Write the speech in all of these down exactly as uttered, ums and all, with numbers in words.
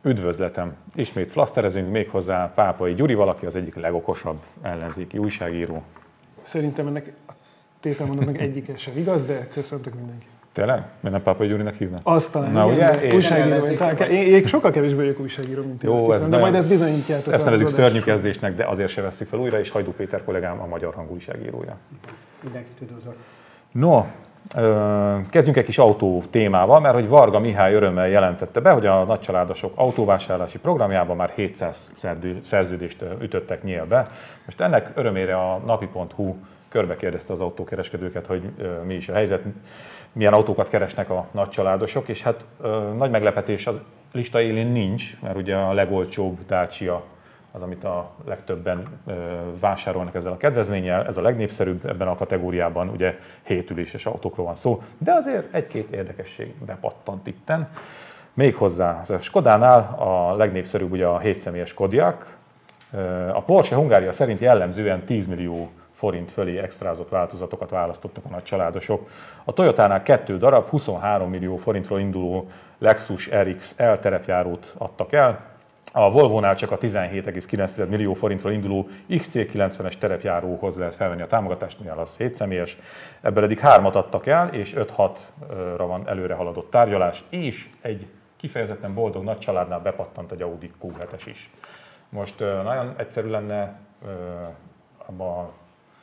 Üdvözletem! Ismét flaszterezünk, méghozzá Pápai Gyurival, aki az egyik legokosabb ellenzéki újságíró. Szerintem ennek a tételmondatnak egyike sem igaz, de köszöntök mindenkit. Tényleg? Miért nem Pápai Gyurinak hívnak? Azt talán, Na, igen, ugye? újságíró, én, én, én sokkal kevésbé vagyok újságíró, mint én. Jó, azt hiszem, de majd ezt bizonyítjátok. Ezt nevezzük szörnyű kezdésnek, de azért se vesszük fel újra, és Hajdú Péter kollégám a Magyar Hang újságírója. Mindenkit üdvözlök. No, kezdjünk egy kis autó témával, mert hogy Varga Mihály örömmel jelentette be, hogy a nagycsaládosok autóvásárlási programjában már hétszáz szerződést ütöttek nyílbe. Most ennek örömére a napi pont hu körbekérdezte az autókereskedőket, hogy mi is a helyzet, milyen autókat keresnek a nagycsaládosok, és hát nagy meglepetés az lista élén nincs, mert ugye a legolcsóbb Dacia az, amit a legtöbben vásárolnak ezzel a kedvezménnyel, ez a legnépszerűbb ebben a kategóriában, ugye hétüléses autókról van szó, de azért egy-két érdekesség bepattant itten. Méghozzá a Skodánál a legnépszerűbb ugye a hétszemélyes Kodiaq, a Porsche Hungária szerint jellemzően tíz millió forint fölé extrázott változatokat választottak a nagy családosok. A Toyotánál kettő darab, huszonhárom millió forintról induló Lexus er iksz el terepjárót adtak el, a Volvónál csak a tizenhét egész kilenc millió forintról induló iksz cé kilencvenes terepjáróhoz lehet felvenni a támogatást, mivel az hét személyes. Ebből eddig hármat adtak el, és öt-hatra van előre haladott tárgyalás, és egy kifejezetten boldog nagy családnál bepattant egy Audi kú hetes is. Most nagyon egyszerű lenne abba a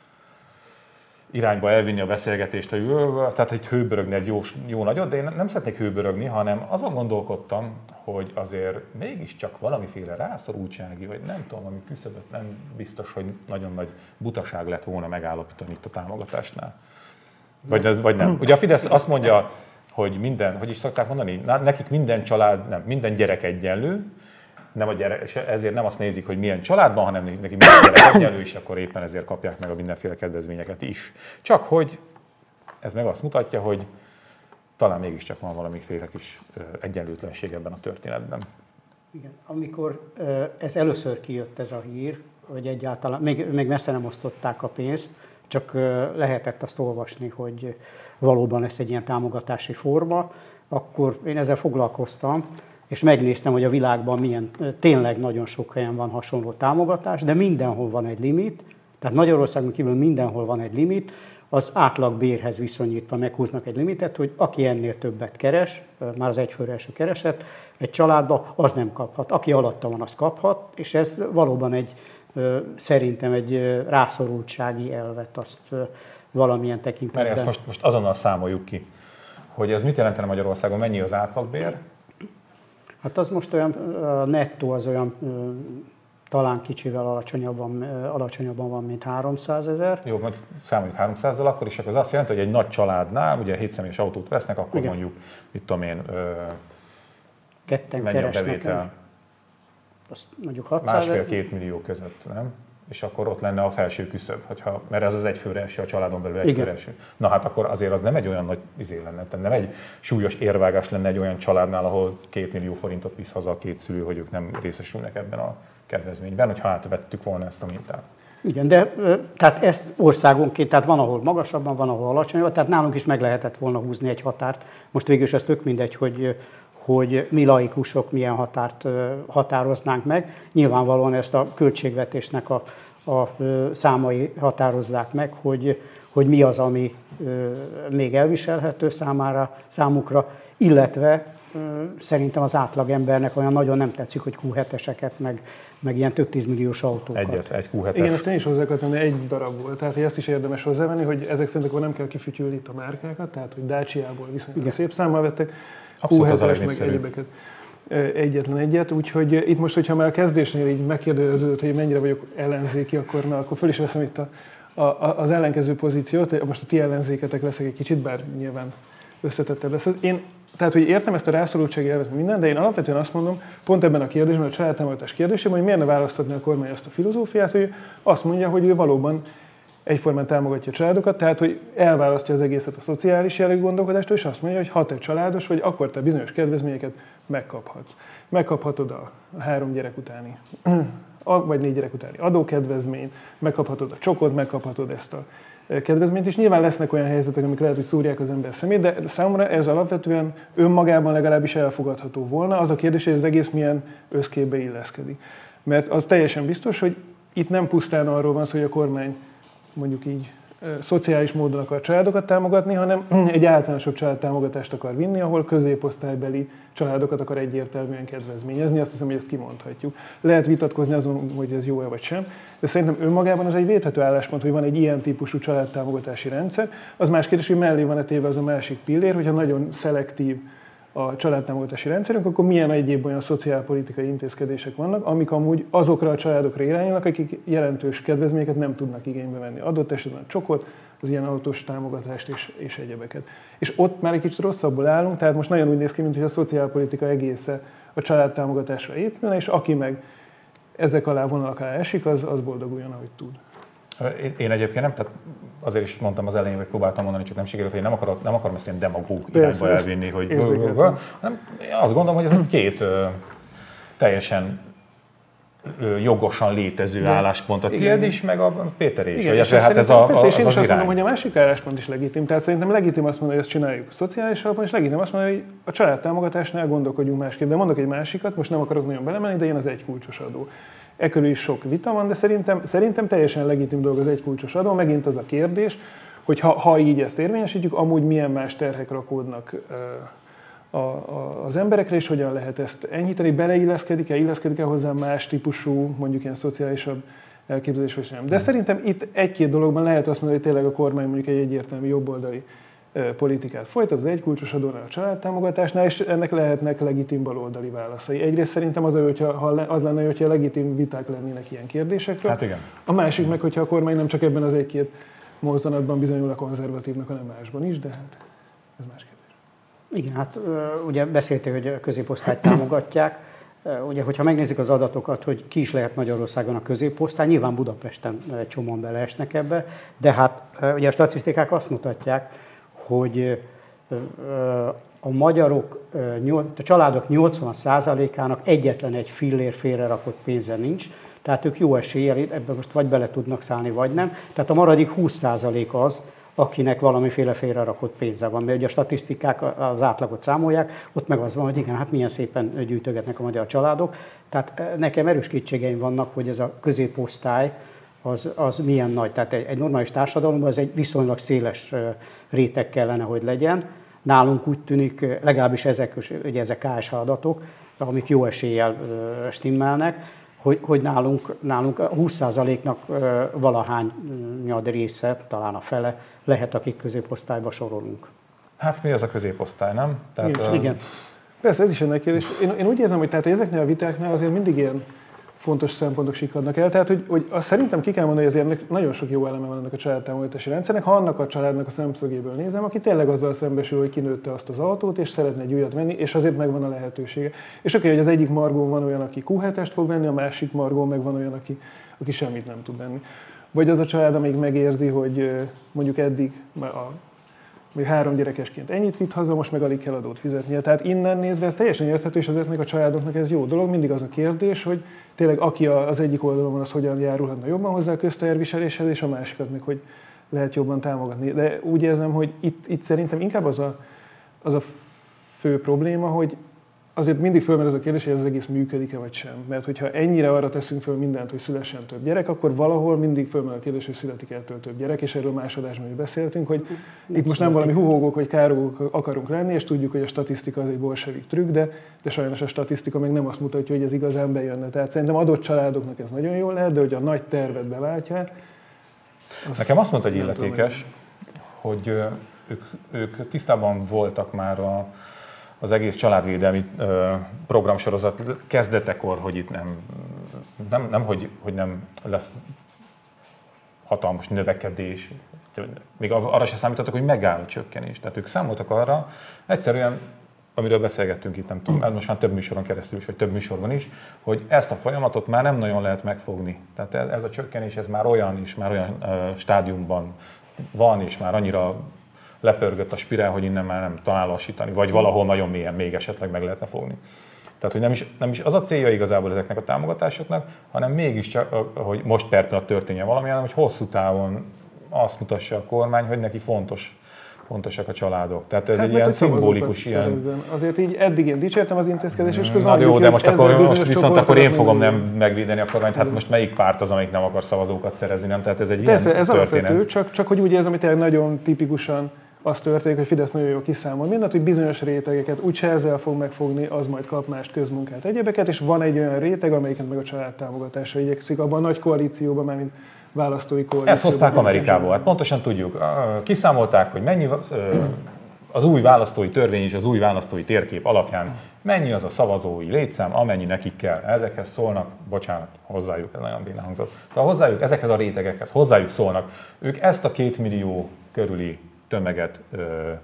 irányba elvinni a beszélgetést, hogy tehát egy hőbörögni egy jó, jó nagyot, de én nem szeretnék hőbörögni, hanem azon gondolkodtam, hogy azért mégiscsak valamiféle rászorultsági, vagy nem tudom, ami küszöböt nem biztos, hogy nagyon nagy butaság lett volna megállapítani itt a támogatásnál. Vagy, ez, vagy nem. Ugye a Fidesz azt mondja, hogy minden, hogy is szokták mondani, nekik minden család, nem, minden gyerek egyenlő, nem a gyerek, és ezért nem azt nézik, hogy milyen családban, hanem neki minden gyerek egyenlő, és akkor éppen ezért kapják meg a mindenféle kedvezményeket is. Csak hogy ez meg azt mutatja, hogy talán mégiscsak van valamiféle kis egyenlőtlenség ebben a történetben. Igen, amikor ez először kijött ez a hír, hogy egyáltalán, még, még messze nem osztották a pénzt, csak lehetett azt olvasni, hogy valóban ez egy ilyen támogatási forma, akkor én ezzel foglalkoztam, és megnéztem, hogy a világban milyen, tényleg nagyon sok helyen van hasonló támogatás, de mindenhol van egy limit, tehát Magyarországon kívül mindenhol van egy limit, az átlagbérhez viszonyítva meghúznak egy limitet, hogy aki ennél többet keres, már az egyfőre eső kereset, egy családban, az nem kaphat. Aki alatta van, az kaphat, és ez valóban egy, szerintem egy rászorultsági elvet, azt valamilyen tekintetben. Mert ezt most, most azonnal számoljuk ki, hogy ez mit jelentene Magyarországon, mennyi az átlagbér? Hát az most olyan nettó, az olyan talán kicsivel alacsonyabban, alacsonyabban van, mint háromszázezer. Jó, majd számoljuk háromszázzal akkor, és akkor az azt jelenti, hogy egy nagy családnál, ugye hét személyes autót vesznek, akkor igen, mondjuk, mit tudom én, ketten mennyi a bevétel? Azt mondjuk hatszázezer. Másfél-két millió között, nem? És akkor ott lenne a felső küszöb, hogyha, mert ez az egyfőre eső, a családon belül egyfőre eső. Na hát akkor azért az nem egy olyan nagy izé lenne, tehát nem egy súlyos érvágás lenne egy olyan családnál, ahol két millió forintot visz haza a két szülő, hogy ők nem részesülnek ebben a kedvezményben, hogyha átvettük volna ezt a mintát. Igen, de tehát ezt országonként, tehát van, ahol magasabban, van, ahol alacsonyabban, tehát nálunk is meg lehetett volna húzni egy határt. Most végül is ez tök mindegy, hogy hogy mi laikusok milyen határt határoznánk meg. Nyilvánvalóan ezt a költségvetésnek a, a számai határozzák meg, hogy, hogy mi az, ami még elviselhető számára, számukra, illetve szerintem az átlagembernek olyan nagyon nem tetszik, hogy kú heteseket, meg, meg ilyen több tízmilliós autókat. Egyet, egy kú hetes. Igen, ezt én is hozzá akartam, hogy egy darab volt. Tehát, hogy ezt is érdemes hozzávenni, hogy ezek szerint akkor nem kell kifütyülni itt a márkákat, tehát, hogy Dacia-ból viszonylag igen, szép számmal vettek. kú hetes, meg egyebeket. Egyetlen egyet, úgyhogy itt most, hogyha már a kezdésnél így megkérdeződött, hogy mennyire vagyok ellenzéki, akkor, na, akkor föl is veszem itt a, a, az ellenkező pozíciót, most a ti ellenzéketek leszek egy kicsit, bár nyilván összetettebb lesz. Én, tehát, hogy értem ezt a rászorultsági elvet minden, de én alapvetően azt mondom, pont ebben a kérdésben, a családtámogatás kérdésében, hogy miért ne választatni a kormány azt a filozófiát, hogy azt mondja, hogy ő valóban egyformán támogatja a családokat, tehát hogy elválasztja az egészet a szociális jellegű gondolkodástól, és azt mondja, hogy ha te családos vagy, akkor te bizonyos kedvezményeket megkaphatsz. Megkaphatod a három gyerek utáni vagy négy gyerek utáni adókedvezményt, megkaphatod a csokot, megkaphatod ezt a kedvezményt, és nyilván lesznek olyan helyzetek, amik lehet, hogy szúrják az ember szemét, de számomra ez alapvetően önmagában legalábbis elfogadható volna. Az a kérdés, hogy ez egész milyen összképbe illeszkedik. Mert az teljesen biztos, hogy itt nem pusztán arról van szó, hogy a kormány mondjuk így szociális módon akar családokat támogatni, hanem egy általánosabb családtámogatást akar vinni, ahol középosztálybeli családokat akar egyértelműen kedvezményezni. Azt hiszem, hogy ezt kimondhatjuk. Lehet vitatkozni azon, hogy ez jó-e vagy sem, de szerintem önmagában az egy védhető álláspont, hogy van egy ilyen típusú családtámogatási rendszer. Az más kérdés, hogy mellé van-e téve az a másik pillér, hogyha nagyon szelektív a családtámogatási rendszerünk, akkor milyen egyéb olyan szociálpolitikai intézkedések vannak, amik amúgy azokra a családokra irányulnak, akik jelentős kedvezményeket nem tudnak igénybe venni. Adott esetben a csokot, az ilyen autós támogatást és, és egyebeket. És ott már egy kicsit rosszabbul állunk, tehát most nagyon úgy néz ki, mintha a szociálpolitika egésze a családtámogatásra épülne, és aki meg ezek alá vonalak alá esik, az, az boldoguljon, ahogy tud. Én, én egyébként nem, tehát azért is mondtam az elején, hogy próbáltam mondani, csak nem sikerült, hogy nem, akarok, nem akarom ezt ilyen demagóg irányba elvinni, hogy hanem azt gondolom, hogy ez egy két ö, teljesen ö, jogosan létező de, álláspont a tiéd is, meg a Péter is. Igen, és hát ez a, persze, a, és én az is azt irány. mondom, hogy a másik álláspont is legitim. Tehát szerintem legitim azt mondani, hogy ezt csináljuk szociális alapon, és legitim azt mondani, hogy a családtámogatásnál gondolkodjunk másképp. De mondok egy másikat, most nem akarok nagyon belemenni, de én az egykulcsos adó. E körül is sok vita van, de szerintem, szerintem teljesen legitim dolog az egykulcsos adó. Megint az a kérdés, hogy ha, ha így ezt érvényesítjük, amúgy milyen más terhek rakódnak a, a, az emberekre, és hogyan lehet ezt enyhíteni, beleilleszkedik-e, illeszkedik-e hozzá más típusú, mondjuk ilyen szociálisabb elképzelés, vagy sem. De szerintem itt egy-két dologban lehet azt mondani, hogy tényleg a kormány mondjuk egy egyértelmű jobboldali politikát folytat, az egykulcsos adónál, a családtámogatásnál, és ennek lehetnek legitim baloldali válaszai. Egyrészt szerintem az, hogyha, ha az lenne, hogyha legitim viták lennének ilyen kérdésekről. Hát igen. A másik meg, hogyha a kormány nem csak ebben az egy-két mozzanatban bizonyul a konzervatívnak, hanem másban is, de hát ez más kérdés. Igen, hát ugye beszéltél, hogy a középosztályt támogatják. Ugye, hogyha megnézzük az adatokat, hogy ki is lehet Magyarországon a középosztály, nyilván Budapesten csomóan beleesnek ebbe, de hát ugye a statisztikák azt mutatják, hogy a magyarok, a családok nyolcvan százalékának egyetlen egy fillér félrerakott pénze nincs, tehát ők jó eséllyel ebben most vagy bele tudnak szállni, vagy nem. Tehát a maradék húsz százalék az, akinek valamiféle félrerakott pénze van. Mert ugye a statisztikák az átlagot számolják, ott meg az van, hogy igen, hát milyen szépen gyűjtögetnek a magyar családok. Tehát nekem erős kétségeim vannak, hogy ez a középosztály az, az milyen nagy. Tehát egy, egy normális társadalomban ez egy viszonylag széles réteg kellene, hogy legyen. Nálunk úgy tűnik, legalábbis ezek, ugye ezek ká es há adatok, amik jó eséllyel stimmelnek, hogy, hogy nálunk, nálunk húsz százaléknak valahányad része, talán a fele, lehet, akik középosztályba sorolunk. Hát mi az a középosztály, nem? Tehát, igen. igen. Persze, ez is egy kérdés. Én, én úgy érzem, hogy tehát ezeknél a vitáknál azért mindig ilyen fontos szempontok sikadnak el. Tehát, hogy, hogy azt szerintem ki kell mondani, hogy azért nagyon sok jó eleme van ennek a családtámogatási rendszernek. Ha annak a családnak a szemszögéből nézem, aki tényleg azzal szembesül, hogy kinőtte azt az autót, és szeretne egy újat venni, és azért megvan a lehetősége. És oké, hogy az egyik margón van olyan, aki kú hetest fog venni, a másik margón meg van olyan, aki, aki semmit nem tud venni. Vagy az a család, amíg megérzi, hogy mondjuk eddig a vagy három gyerekesként ennyit vitt haza, most meg alig kell adót fizetnie. Tehát innen nézve ez teljesen érthető, és ezeknek a családoknak ez jó dolog. Mindig az a kérdés, hogy tényleg aki az egyik oldalon van, az hogyan járulhatna jobban hozzá a közteherviseléshez, és a másikat meg hogy lehet jobban támogatni. De úgy érzem, hogy itt, itt szerintem inkább az a, az a fő probléma, hogy azért mindig fölmerül az a kérdés, hogy ez az egész működik-e vagy sem. Mert hogyha ennyire arra teszünk föl mindent, hogy szülessen több gyerek, akkor valahol mindig fölmerül a kérdés, hogy születik ettől több gyerek, és erről más adásban is beszéltünk, hogy itt most nem valami huhógók vagy károgók akarunk lenni, és tudjuk, hogy a statisztika az egy bolsevik trükk, de, de sajnos a statisztika meg nem azt mutatja, hogy ez igazán bejönne. Tehát szerintem adott családoknak ez nagyon jól lehet, de hogy a nagy tervet beváltja. Azt Nekem azt mondta egy illetékes, tudom, hogy ők, ők tisztában voltak már a az egész családvédelmi ö, programsorozat kezdetekor, hogy itt nem, nem, nem hogy, hogy nem lesz hatalmas növekedés, még arra sem számítottak, hogy megáll a csökkenés. Tehát ők számoltak arra, egyszerűen, amiről beszélgettünk itt, nem tudom, most már több műsoron keresztül is, vagy több műsorban is, hogy ezt a folyamatot már nem nagyon lehet megfogni. Tehát ez a csökkenés, ez már olyan is, már olyan ö, stádiumban van, és már annyira lepörgött a spirál, hogy innen már nem talán lassítani, vagy valahol nagyon mélyen még esetleg meg lehetne fogni. Tehát, hogy nem is, nem is az a célja igazából ezeknek a támogatásoknak, hanem mégiscsak, hogy most per pillanat történjen valami, hanem hogy hosszú távon azt mutassa a kormány, hogy neki fontos, fontosak a családok. Tehát ez hát egy ilyen szimbolikus ilyen... Szerezzen. Azért így eddig én dicsértem az intézkedést, és közben... Na jó, de most, akkor, most viszont akkor én fogom nem megvédeni a kormányt. Hát most melyik párt az, amelyik nem akar szavazókat szerezni, nem? Tehát ez egy Persze, ilyen ez történet. alapvető, csak, csak hogy úgy érzem, hogy tényleg nagyon tipikusan az történik, hogy Fidesz nagyon jól kiszámol mindent, hogy bizonyos rétegeket úgyse ezzel fog megfogni, az majd kap más közmunkát, egyebeket, és van egy olyan réteg, amelyiket meg a családtámogatásra igyekszik abban a nagy koalícióban, már mint választói koalícióban. Ezt hozták Amerikából, hát pontosan tudjuk. Kiszámolták, hogy mennyi az új választói törvény és az új választói térkép alapján mennyi az a szavazói létszám, amennyi nekik kell. Ezekhez szólnak, bocsánat, hozzájuk, ez nagyon bénán hangzott. Szóval hozzájuk, ezekhez a rétegekhez, hozzájuk szólnak. Ők ezt a két millió körüli tömeget ö,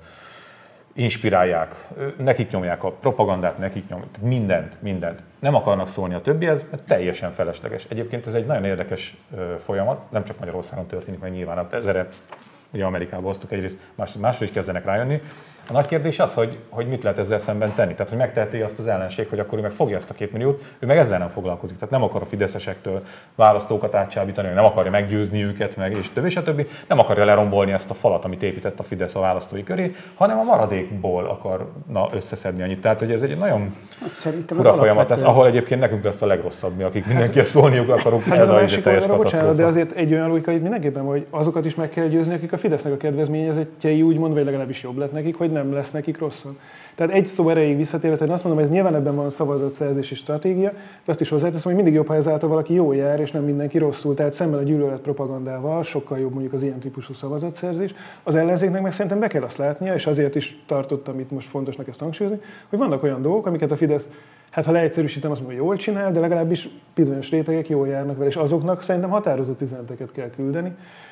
inspirálják, nekik nyomják a propagandát, nekik nyomják, mindent, mindent. Nem akarnak szólni a többihez, mert teljesen felesleges. Egyébként ez egy nagyon érdekes ö, folyamat, nem csak Magyarországon történik, meg nyilván ezerre ugye Amerikába hoztuk egyrészt, másrészt, másrészt is kezdenek rájönni. A nagy kérdés az, hogy, hogy mit lehet ezzel szemben tenni. Tehát, hogy megteheti azt az ellenség, hogy akkor ő meg fogja ezt a két milliót, ő meg ezzel nem foglalkozik. Tehát nem akar a fideszesektől választókat átcsábítani, nem akarja meggyőzni őket, meg és többi, és a többi. Nem akarja lerombolni ezt a falat, amit épített a Fidesz a választói köré, hanem a maradékból akarna összeszedni annyit. Tehát, hogy ez egy nagyon Szerintem fura folyamat lesz, ahol egyébként nekünk lesz a legrosszabb, mi, akik mindenki ezt szólniuk akarunk, hát ez a, a teljes katasztrófa. Bocsánat, de azért egy olyan logika itt mindenképpen, hogy azokat is meg kell győzni, akik a Fidesznek a kedvezményezettjei úgymond, vagy legalábbis jobb lett nekik, hogy nem lesz nekik rosszabb. Tehát egy szó erejéig visszatérve, hogy azt mondom, hogy ez nyilván ebben van szavazatszerzési stratégia, de azt is hozzáteszem, hogy mindig jobb, ha ezáltal valaki jól jár, és nem mindenki rosszul. Tehát szemben a gyűlölet propagandával sokkal jobb mondjuk az ilyen típusú szavazatszerzés. Az ellenzéknek meg szerintem be kell azt látnia, és azért is tartottam itt most fontosnak ezt hangsúlyozni, hogy vannak olyan dolgok, amiket a Fidesz, hát ha leegyszerűsítem, azt mondom, hogy jól csinál, de legalábbis bizonyos rétegek jól járnak vele, és azoknak szerintem határozott üzeneteket kell küldeni.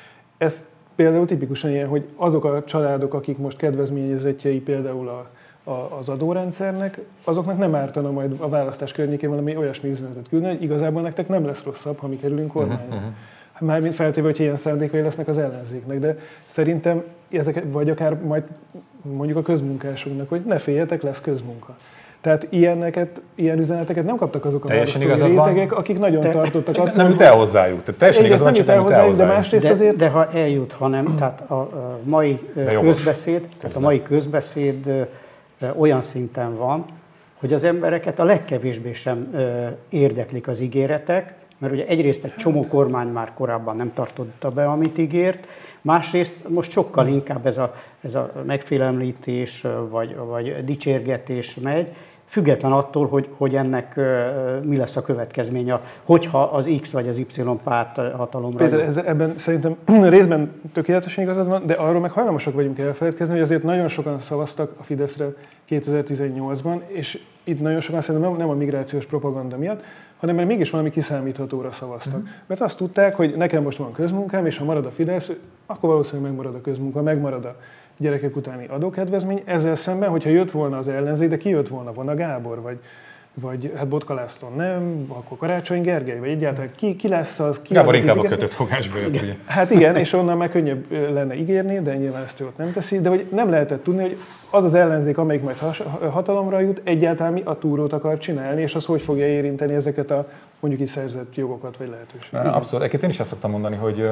Ez például tipikusan ilyen, hogy azok a családok, akik most kedvezményezettjei például a, a, az adórendszernek, azoknak nem ártana majd a választás környékén valami olyasmi üzenetet küldeni, hogy igazából nektek nem lesz rosszabb, ha mi kerülünk kormányra. Uh-huh. Mármint feltéve, hogy ilyen szándékai lesznek az ellenzéknek, de szerintem ezek, vagy akár majd mondjuk a közmunkásoknak, hogy ne féljetek, lesz közmunka. Tehát ilyeneket, ilyen üzeneteket nem kaptak azok a választói rétegek, akik nagyon de, tartottak attól. Nem jut el hozzájuk. Tehát teljesen igazad van, csak nem jut el hozzájuk, de másrészt de, azért... De ha eljut, ha nem, tehát a, a mai közbeszéd, tehát a mai közbeszéd olyan szinten van, hogy az embereket a legkevésbé sem érdeklik az ígéretek, mert ugye egyrészt egy csomó kormány már korábban nem tartotta be, amit ígért, másrészt most sokkal inkább ez a, ez a megfélemlítés vagy, vagy dicsérgetés megy, független attól, hogy, hogy ennek mi lesz a következménye, hogyha az X vagy az Y párt hatalomra Péter, ez, ebben szerintem részben tökéletesen igazad van, de arról meg hajlamosak vagyunk elfeledkezni, hogy azért nagyon sokan szavaztak a Fideszre kétezer-tizennyolcban, és itt nagyon sokan szerintem nem a migrációs propaganda miatt, hanem mert mégis valami kiszámíthatóra szavaztak. Uh-huh. Mert azt tudták, hogy nekem most van közmunkám, és ha marad a Fidesz, akkor valószínűleg megmarad a közmunka, megmarad a gyerekek utáni adókedvezmény. Ezzel szemben, hogyha jött volna az ellenzék, de ki jött volna? Van a Gábor, vagy, vagy hát Botka László nem, akkor Karácsony Gergely, vagy egyáltalán ki, ki lesz az? Ki Gábor az, inkább a kötött fogásba jött, ugye? Hát igen, és onnan már könnyebb lenne ígérni, de nyilván ezt ott nem teszi, de hogy nem lehetett tudni, hogy az az ellenzék, amelyik majd hatalomra jut, egyáltalán mi a túrót akar csinálni, és az hogy fogja érinteni ezeket a mondjuk így szerzett jogokat, vagy lehetőségeket. Abszolút. Egyébként én is azt szoktam mondani, hogy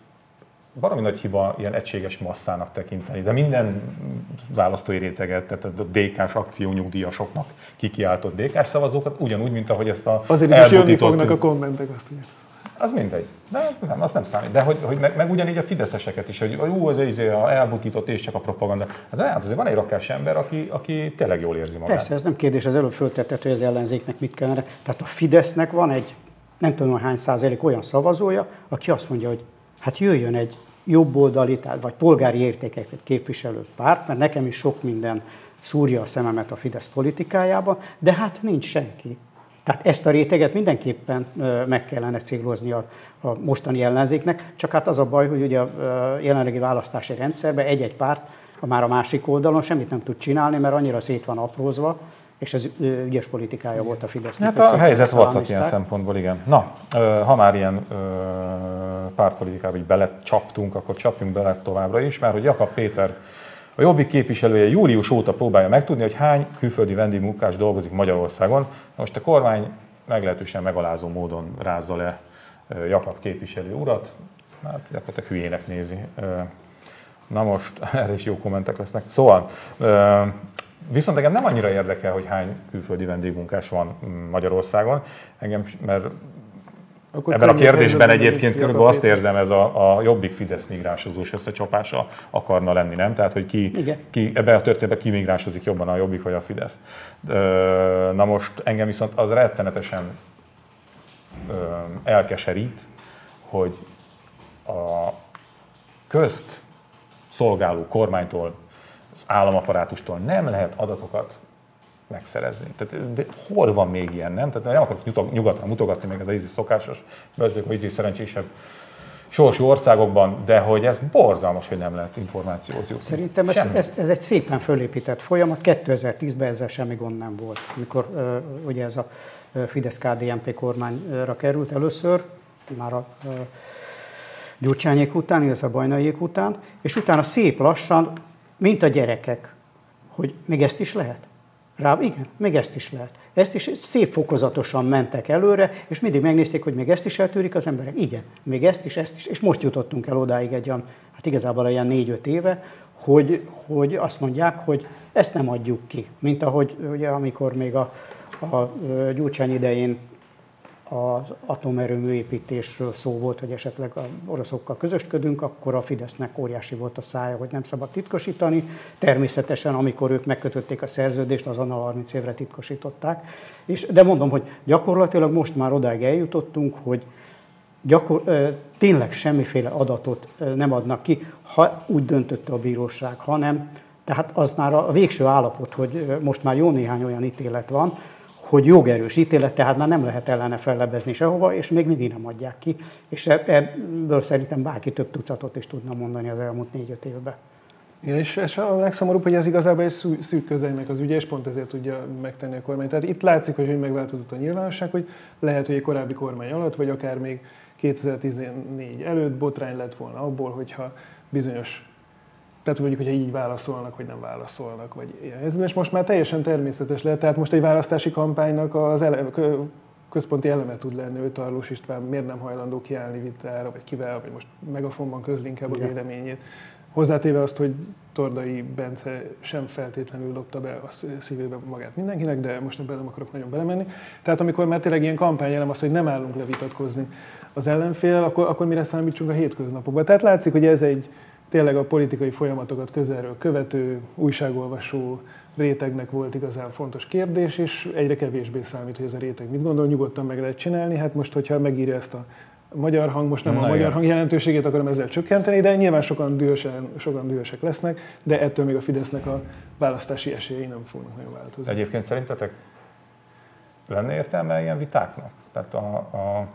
valami nagy hiba ilyen egységes masszának tekinteni, de minden választói réteget, tehát a dé ká-s akciónyugdíjasoknak kikiáltott dé ká-s szavazókat, ugyanúgy, mint ahogy ezt a azért is jönni fognak a kommentek, azt így. Az mindegy. De nem, az nem számít. De hogy, hogy meg, meg ugyanígy a fideszeseket is, hogy ú, az izé a elbutított és csak a propaganda. Hát, hát azért van egy rakás ember, aki, aki tényleg jól érzi magát. Persze, ez nem kérdés, az előbb föltetett, hogy az ellenzéknek mit kellene. Tehát a Fidesznek van egy nem tudom hány százalék olyan szavazója, aki azt mondja, hogy hát jöjjön egy jobboldali, vagy polgári értékeket képviselő párt, mert nekem is sok minden szúrja a szememet a Fidesz politikájába, de hát nincs senki. Tehát ezt a réteget mindenképpen meg kellene célozni a, a mostani ellenzéknek, csak hát az a baj, hogy ugye a jelenlegi választási rendszerben egy-egy párt a már a másik oldalon semmit nem tud csinálni, mert annyira szét van aprózva, és ez ügyes politikája volt a Fidesznek. Hát a helyzet vacak ilyen szempontból, igen. Na, ha már ilyen pártpolitikába így belecsaptunk, akkor csapjunk bele továbbra is, mert hogy Jakab Péter A Jobbik képviselője július óta próbálja megtudni, hogy hány külföldi vendégmunkás dolgozik Magyarországon. Most a kormány meglehetősen megalázó módon rázza le Jakab képviselő urat, hát gyakorlatilag hülyének nézi. Na most, erre is jó kommentek lesznek. Szóval, viszont engem nem annyira érdekel, hogy hány külföldi vendégmunkás van Magyarországon, engem, mert akkor ebben a kérdésben egyébként körülbelül azt érzem, ez a, a Jobbik-Fidesz migránsozós összecsapása akarna lenni, nem? Tehát, hogy ki, ki ebben a történetben ki migránsozik jobban, a Jobbik vagy a Fidesz. Na most engem viszont az rettenetesen elkeserít, hogy a közt szolgáló kormánytól, az államaparátustól nem lehet adatokat megszerezni. Tehát, de hol van még ilyen, nem? Tehát nem akarok nyugatra mutogatni, még ez az ízű szokásos, vagy ízű szerencsésebb sorsú országokban, de hogy ez borzalmas, hogy nem lehet információhoz jutni. Szerintem ez, ez, ez egy szépen fölépített folyamat. kétezer-tízben ezzel semmi gond nem volt, amikor uh, ugye ez a Fidesz-ká dé en pé kormányra került először, már a uh, Gyurcsányék után, illetve a Bajnaiék után, és utána szép lassan, mint a gyerekek, hogy még ezt is lehet. Rá, igen, még ezt is lehet. Ezt is szép fokozatosan mentek előre, és mindig megnézték, hogy még ezt is eltűrik az emberek. Igen, még ezt is, ezt is, és most jutottunk el odáig egy olyan, hát igazából ilyen négy-öt éve, hogy, hogy azt mondják, hogy ezt nem adjuk ki. Mint ahogy ugye, amikor még a, a Gyurcsány idején az atomerőmű építésről szó volt, hogy esetleg az oroszokkal közösködünk, akkor a Fidesznek óriási volt a szája, hogy nem szabad titkosítani. Természetesen, amikor ők megkötötték a szerződést, azonnal harminc évre titkosították. És, de mondom, hogy gyakorlatilag most már odáig eljutottunk, hogy gyakor, tényleg semmiféle adatot nem adnak ki, ha úgy döntött a bíróság, hanem tehát az már a végső állapot, hogy most már jó néhány olyan ítélet van, hogy jogerős ítélet, tehát már nem lehet ellene fellebbezni sehova, és még mindig nem adják ki. És ebből szerintem bárki több tucatot is tudna mondani az elmúlt négy-öt évben. Igen, és, és a legszomorúbb, hogy ez igazából egy szűk közelnek az ügye, és pont ezért tudja megtenni a kormány. Tehát itt látszik, hogy megváltozott a nyilvánosság, hogy lehet, hogy egy korábbi kormány alatt, vagy akár még kétezer-tizennégy előtt botrány lett volna abból, hogyha bizonyos, tehát mondjuk, hogyha így válaszolnak, vagy nem válaszolnak, vagy ilyen. És most már teljesen természetes lehet, tehát most egy választási kampánynak az ele, központi eleme tud lenni, hogy Tarlós István miért nem hajlandó kiállni vitára, vagy kivel, vagy most megafonban közli inkább a véleményét. Hozzátéve azt, hogy Tordai Bence sem feltétlenül lopta be a szívébe magát mindenkinek, de most ebben nem akarok nagyon belemenni. Tehát amikor már tényleg ilyen kampányelem az, hogy nem állunk levitatkozni az ellenfél, akkor, akkor mire számítsunk a hétköznapokban. Tehát látszik, hogy ez egy tényleg a politikai folyamatokat közelről követő, újságolvasó rétegnek volt igazán fontos kérdés, és egyre kevésbé számít, hogy ez a réteg mit gondol, nyugodtan meg lehet csinálni. Hát most, hogyha megírja ezt a magyar hang, most nem Na, a magyar igen. hang jelentőségét akarom ezzel csökkenteni, de nyilván sokan, dühösen, sokan dühösek lesznek, de ettől még a Fidesznek a választási esélyei nem fognak nagyon változni. Egyébként szerintetek lenne értelme ilyen vitáknak? Tehát a, a,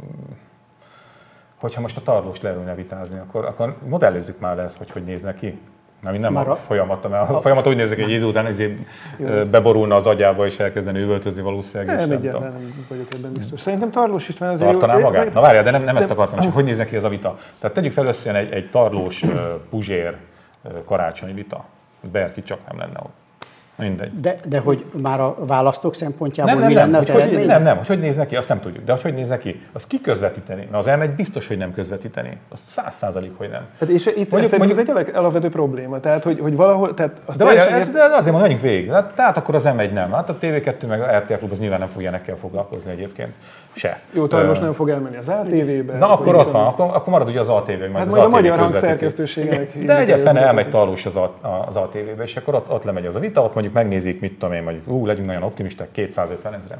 hogyha most a Tarlóst leülne vitázni, akkor, akkor modellezzük már le ezt, hogy hogy néz neki. Nem, nem a, a folyamat, mert a, a folyamat úgy nézik, hogy egy idő után beborulna az agyába és elkezdeni üvöltözni valószínűleg. Nem, egyáltalán nem vagyok ebben biztos. Szerintem Tarlós István azért... Tartaná jó, magát? Na várjál, de nem, nem de... ezt akartam, csak hogy néz neki ez a vita. Tehát tegyük fel összejön egy, egy Tarlós Puzsér karácsonyi vita. Berki csak nem lenne ott. Mindegy. De, de hogy már a választók szempontjából nem, nem, mi nem, lenne az hogy, eredmény? Nem, nem, hogy hogy néz neki, azt nem tudjuk. De hogy hogy néz neki, azt ki közvetíteni? Na az elmegy biztos, hogy nem közvetíteni. Az száz százalék, hogy nem. Hát és itt mondjuk, mondjuk, ez egy alapvető probléma. Tehát, hogy, hogy valahol... Tehát azt de, várja, ért... de azért mondom, menjünk végig. Hát, tehát akkor az em egy nem. Hát a té vé kettő meg a er té el Klub az nyilván nem fog ilyenekkel foglalkozni egyébként. Se. Jó, talán most nem fog elmenni az á té vébe. Na akkor ott van, akkor, akkor marad ugye az á té vé, majd hát az majd a magyar hang szerkesztőségnek. De egy fene elmegy Tarlós az á té vébe, és akkor ott, ott lemegy az a vita, ott mondjuk megnézik, mit tudom én, mondjuk, ú, legyünk nagyon optimisták, kétszázötven ezeren.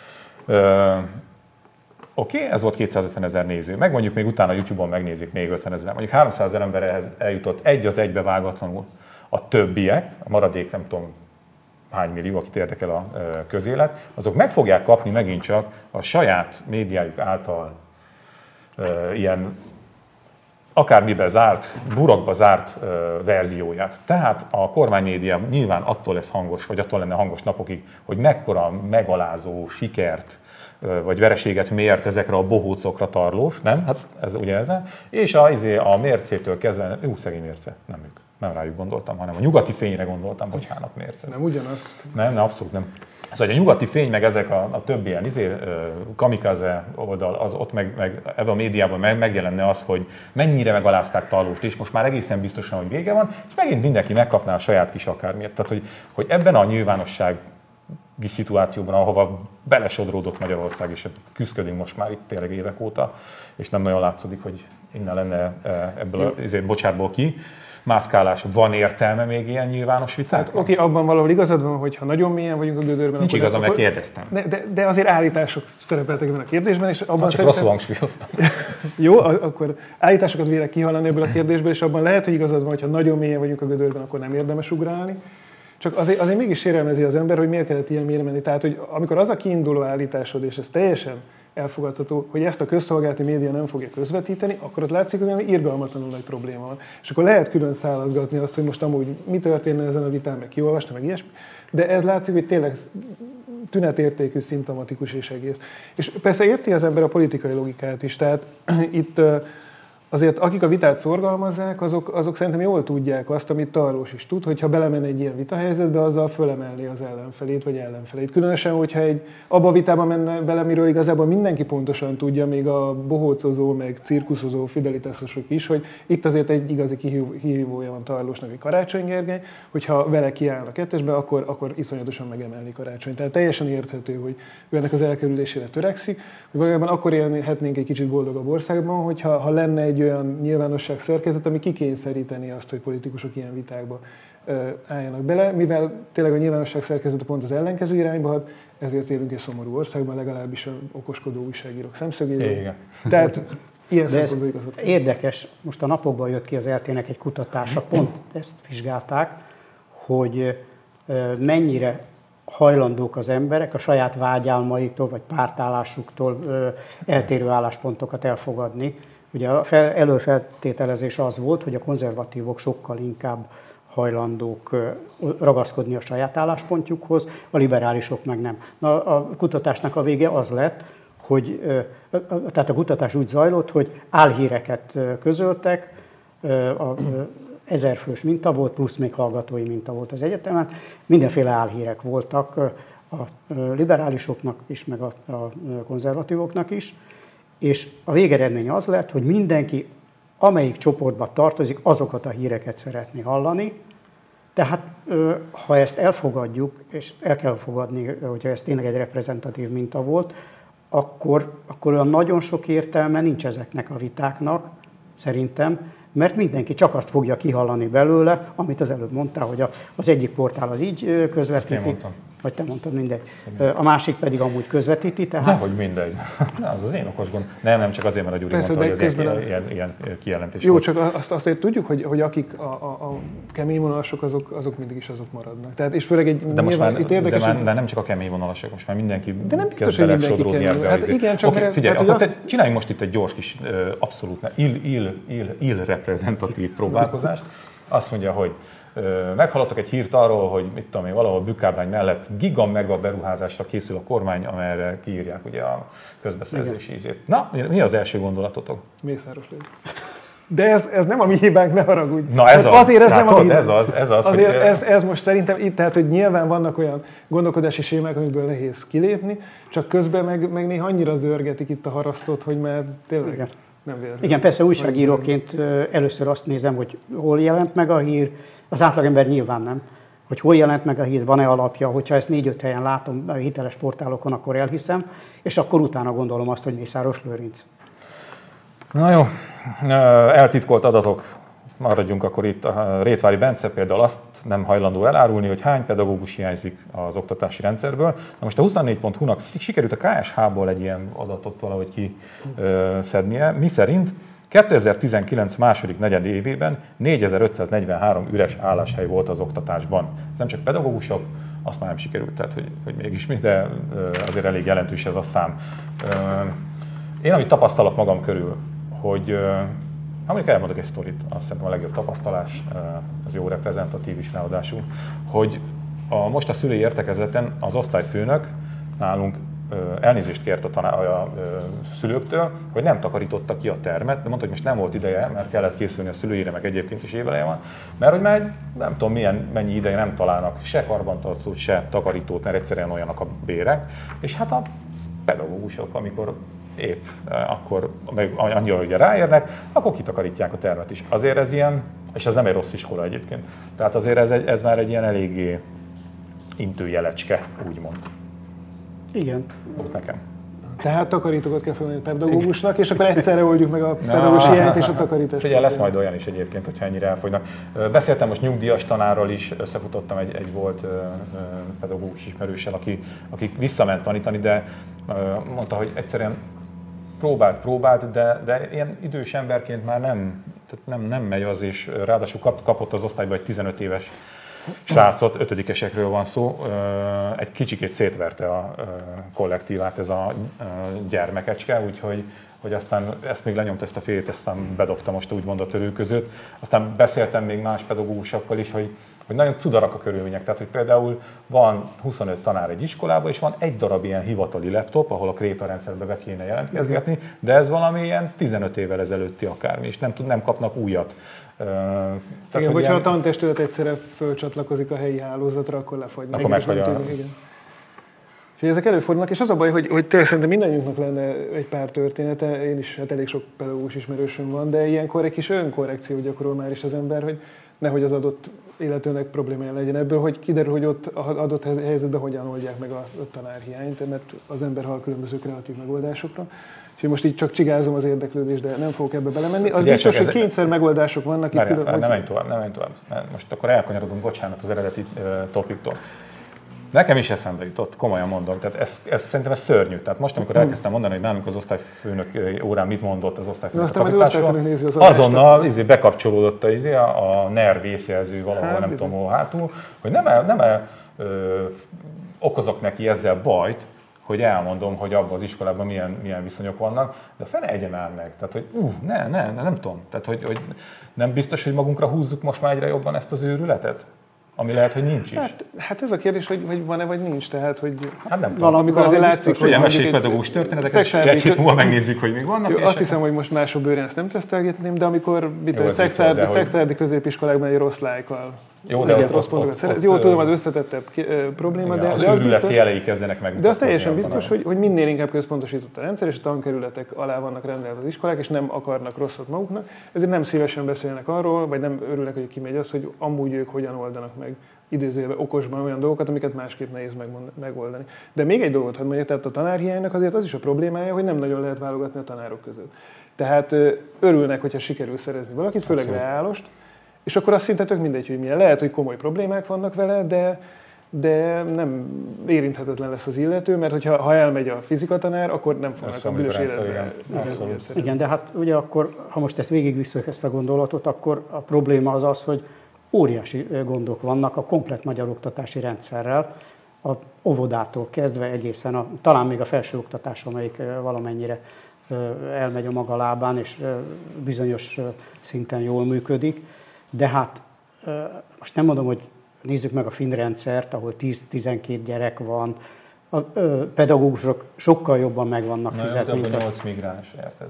Oké, okay, ez volt kétszázötven ezer néző. Meg mondjuk még utána YouTube-on megnézik még ötven ezeren. Mondjuk háromszázezer ember ehhez eljutott egy az egybe vágatlanul. A többiek, a maradék nem tudom hány millió, akit érdekel a közélet, azok meg fogják kapni megint csak a saját médiájuk által e, ilyen akármiben zárt, burokba zárt e, verzióját. Tehát a kormánymédia nyilván attól lesz hangos, vagy attól lenne hangos napokig, hogy mekkora megalázó sikert e, vagy vereséget mért ezekre a bohócokra Tarlós, nem? Hát ez ugye ezzel. És a, a mércétől kezdve, jó szegény mérce, nem ők. nem rájuk gondoltam, hanem a nyugati fényre gondoltam, bocsánat, miért? Nem ugyanaz? Nem, nem, abszolút nem. Szóval a nyugati fény, meg ezek a, a többi ilyen izé, kamikaze oldal, az ott meg, meg ebben a médiában meg, megjelenne az, hogy mennyire megalázták Tarlóst, és most már egészen biztosan, hogy vége van, és megint mindenki megkapná a saját kis akármiért. Tehát, hogy, hogy ebben a nyilvánossági szituációban, ahova belesodródott Magyarország, és küzdködünk most már itt tényleg évek óta, és nem nagyon látszódik, hogy innen lenne ebből a bocsátból ki. Mászkálás, van értelme még ilyen nyilvános vitát? Hát, oké, abban valahol igazad van, hogyha nagyon mélyen vagyunk a gödörben. Nincs igazam, mert kérdeztem. De, de, de azért állítások szerepeltek ebben a kérdésben, és abban csak szerintem... rosszul hangsúlyoztam. Jó, akkor állításokat vélek kihallani ebből a kérdésből, és abban lehet, hogy igazad van, hogyha nagyon mélyen vagyunk a gödörben, akkor nem érdemes ugrálni. Csak azért, azért mégis sérelmezi az ember, hogy miért kellett ilyen mélyre menni. Tehát, hogy amikor az a kiinduló állításod, és ez teljesen elfogadható, hogy ezt a közszolgálati média nem fogja közvetíteni, akkor ott látszik, hogy irgalmatlanul nagy probléma van. És akkor lehet külön szálazgatni azt, hogy most amúgy mi történne ezen a vitán, meg kiolvasni, meg ilyesmi. De ez látszik, hogy tényleg tünetértékű, szimptomatikus és egész. És persze érti az ember a politikai logikát is. Tehát itt azért akik a vitát szorgalmazzák, azok, azok szerintem jól tudják azt, amit Tarlós is tud, hogyha belemenne egy ilyen vitahelyzetbe, azzal fölemelni az ellenfelét vagy ellenfelét. Különösen, hogyha egy abba a vitába menne bele, miről igazából mindenki pontosan tudja, még a bohócozó, meg cirkuszozó fidelitásosok is, hogy itt azért egy igazi kihívója van Tarlósnak, egy Karácsony Gergely, hogyha vele kiállnak kettesbe, akkor, akkor iszonyatosan megemelni Karácsony. Tehát teljesen érthető, hogy ő ennek az elkerülésére törekszik, hogy valójában akkor élhetnénk egy kicsit boldogabb országban, hogyha ha lenne egy olyan nyilvánosság szerkezet, ami kikényszeríteni azt, hogy politikusok ilyen vitákba álljanak bele, mivel tényleg a nyilvánosság szerkezete pont az ellenkező irányba hat, ezért élünk egy szomorú országban, legalábbis a okoskodó újságírók szemszögéből. Igen. Tehát ilyen De ez szempontból igazat. érdekes, most a napokban jött ki az er té-nek egy kutatása, pont ezt vizsgálták, hogy mennyire hajlandók az emberek a saját vágyálmaiktól vagy pártállásuktól eltérő álláspontokat elfogadni. Ugye a előfeltételezés az volt, hogy a konzervatívok sokkal inkább hajlandók ragaszkodni a saját álláspontjukhoz, a liberálisok meg nem. Na, a kutatásnak a vége az lett, hogy tehát a kutatás úgy zajlott, hogy álhíreket közöltek, a ezerfős minta volt, plusz még hallgatói minta volt az egyetemen, mindenféle álhírek voltak a liberálisoknak is, meg a konzervatívoknak is, és a végeredmény az lett, hogy mindenki, amelyik csoportba tartozik, azokat a híreket szeretné hallani. Tehát ha ezt elfogadjuk, és el kell fogadni, hogyha ez tényleg egy reprezentatív minta volt, akkor, akkor olyan nagyon sok értelme nincs ezeknek a vitáknak, szerintem, mert mindenki csak azt fogja kihallani belőle, amit az előbb mondtál, hogy az egyik portál az így közvetíti, vagy te mondtad, mindegy. A másik pedig amúgy közvetíti, tehát... Nehogy mindegy. Nem, az az én okos gond. Nem, nem, csak azért, mert a Gyuri Persze, mondta, hogy ez a... ilyen, ilyen kijelentés Jó, volt. csak azt azért tudjuk, hogy, hogy akik a, a, a kemény vonalasok, azok, azok mindig is azok maradnak. Tehát, és főleg egy de most már, itt érdekes, de, már, de nem csak a kemény vonalasok, most már mindenki de nem biztos, kezd bele sodródni ebbe. Hát igen, csak okay, mert, figyelj, tehát, akkor azt... te, csináljunk most itt egy gyors kis, abszolút ill, ill, ill, ill reprezentatív próbálkozást. Azt mondja, hogy meghallottak egy hírt arról, hogy mit tudom én, valahol Bükkábrány mellett giga mega beruházásra készül a kormány, amelyre kiírják ugye a közbeszerzési ízét. Na, mi az első gondolatotok? Mészáros Lőrinc. De ez, ez nem a mi hibánk, ne haragudj. Na ez az. Azért ez hát, nem a mi ez az, ez az. Azért hogy... ez, ez most szerintem itt, tehát, hogy nyilván vannak olyan gondolkodási sémák, amikből nehéz kilépni, csak közben meg, meg néha annyira zörgetik itt a harasztot, hogy már tényleg... Igen. Nem véletlen. Igen, persze újságíróként először azt nézem, hogy hol jelent meg a hír, az átlagember nyilván nem, hogy hol jelent meg a hír, van-e alapja, hogyha ezt négy-öt helyen látom a hiteles portálokon, akkor elhiszem, és akkor utána gondolom azt, hogy Mészáros Lőrinc. Na jó, eltitkolt adatok, maradjunk akkor itt. A Rétvári Bence például azt nem hajlandó elárulni, hogy hány pedagógus hiányzik az oktatási rendszerből. Na most a huszonnégy pont hu-nak sikerült a ká es há-ból egy ilyen adatot valahogy kiszednie, mi szerint kétezer-tizenkilenc második negyed évében négyezer-ötszáznegyvenhárom üres álláshely volt az oktatásban. Ez nem csak pedagógusok, azt már nem sikerült, tehát hogy, hogy mégis mi, de azért elég jelentős ez a szám. Én amit tapasztalok magam körül, hogy ha mondjuk elmondok egy sztorit, azt szerintem a legjobb tapasztalás, az jó reprezentatív is ráadásul, hogy a, most a szülői értekezleten az osztályfőnök nálunk elnézést kért a, taná- a, a szülőktől, hogy nem takarította ki a termet, de mondta, hogy most nem volt ideje, mert kellett készülni a szülőire, meg egyébként is éveleje van, mert hogy már nem tudom milyen, mennyi ideje nem találnak se karbantartót, se takarítót, mert egyszerűen olyanak a bérek, és hát a pedagógusok, amikor épp akkor meg annyira, hogy ráérnek, akkor kitakarítják a termet is. Azért ez ilyen, és ez nem egy rossz iskola egyébként, tehát azért ez, egy, ez már egy ilyen eléggé intőjelecske, úgymond. Igen. Volt nekem. Tehát takarítókat kell felvenni a pedagógusnak, és akkor egyszerre oldjuk meg a pedagógus hiányt és a takarítást. Ugye lesz majd olyan is egyébként, hogyha ennyire elfogynak. Beszéltem most nyugdíjas tanárral is, összefutottam egy, egy volt pedagógus ismerőssel, aki, aki visszament tanítani, de mondta, hogy egyszerűen próbált, próbált, de, de ilyen idős emberként már nem, tehát nem, nem megy az, és ráadásul kap, kapott az osztályba egy tizenöt éves srácot, ötödikesekről van szó, egy kicsikét szétverte a kollektívát ez a gyermekecske, úgyhogy hogy aztán ezt még lenyomt ezt a félét, aztán bedobta most úgymond a törő között. Aztán beszéltem még más pedagógusokkal is, hogy, hogy nagyon cudarak a körülmények. Tehát, hogy például van huszonöt tanár egy iskolában, és van egy darab ilyen hivatali laptop, ahol a krétarendszerbe be kéne jelentkezgetni, de ez valami ilyen tizenöt évvel ezelőtti akármi, és nem, tud, nem kapnak újat. Tehát, igen, hogy hogyha ilyen... a tantestület egyszerre fölcsatlakozik a helyi hálózatra, akkor lefagy. Akkor megfagy a... És ezek előfordulnak, és az a baj, hogy, hogy tényleg szerintem mindannyiunknak lenne egy pár története, én is, hát elég sok pedagógus ismerősöm van, de ilyenkor egy kis önkorrekció gyakorol már is az ember, hogy nehogy az adott illetőnek problémája legyen ebből, hogy kiderül, hogy ott adott helyzetben hogyan oldják meg a, a tanárhiányt, mert az ember hall különböző kreatív megoldásokra. És én most így csak csigázom az érdeklődést, de nem fogok ebbe belemenni. Az biztos, hogy kényszer megoldások vannak. Várjál, külön, nem menj tovább, nem menj tovább. Most akkor elkanyarodunk, bocsánat, az eredeti uh, topiktól. Nekem is eszembe jutott, komolyan mondom, tehát ez, ez szerintem ez szörnyű. Tehát most, amikor elkezdtem mondani, hogy nálunk az osztályfőnök órán mit mondott az osztályfőnök a tanításról, azonnal izé, bekapcsolódott a, izé, a NER vészjelző valahol, hát, nem tudom, hol hátul, hogy nem, el, nem el, ö, okozok neki ezzel bajt, hogy elmondom, hogy abban az iskolában milyen, milyen viszonyok vannak, de fene egye már meg. Tehát, hogy uh, ne, ne, ne, nem tudom. Tehát, hogy, hogy nem biztos, hogy magunkra húzzuk most már egyre jobban ezt az őrületet? Ami lehet, hogy nincs is. Hát, hát ez a kérdés, hogy, hogy van-e vagy nincs, tehát hogy hát nem tudom. Amikor azért látszik, hogy elmeséljük pedagógus történeteket, és egy hét múlva megnézzük, hogy még vannak. Jó, azt hiszem, hogy most mások bőrén ezt nem tesztelgetném, de amikor szexárdi középiskolákban egy rossz lájkkal jó, de ott, rossz ott, pontokat ott, ott, jó, tudom, az összetettebb probléma, igen, de az de az őrület biztos, jelei kezdenek meg. De az teljesen biztos, hogy, hogy minél inkább központosított a rendszer, és a tankerületek alá vannak rendelve az iskolák, és nem akarnak rosszat maguknak, ezért nem szívesen beszélnek arról, vagy nem örülnek, hogy kimegy az, hogy amúgy ők hogyan oldanak meg idézőjelben okosban olyan dolgokat, amiket másképp nehéz megoldani. De még egy dolgot, hogy mondjak, tehát a tanárhiánynak azért az is a problémája, hogy nem nagyon lehet válogatni a tanárok között. Tehát örülnek, hogyha sikerül szerezni valakit, főleg reálost, és akkor azt szinte tök mindegy, hogy milyen. Lehet, hogy komoly problémák vannak vele, de, de nem érinthetetlen lesz az illető, mert hogyha, ha elmegy a fizikatanár, akkor nem fognak a büdös életben. Igen, de hát ugye akkor, ha most ezt végigvisszük ezt a gondolatot, akkor a probléma az az, hogy óriási gondok vannak a komplett magyar oktatási rendszerrel, a óvodától kezdve egészen, a, talán még a felsőoktatás, amelyik valamennyire elmegy a maga lábán, és bizonyos szinten jól működik. De hát most nem mondom, hogy nézzük meg a finn rendszert, ahol tíz-tizenkét gyerek van, a pedagógusok sokkal jobban meg vannak fizetve. Na jó, de nyolc migráns, érted?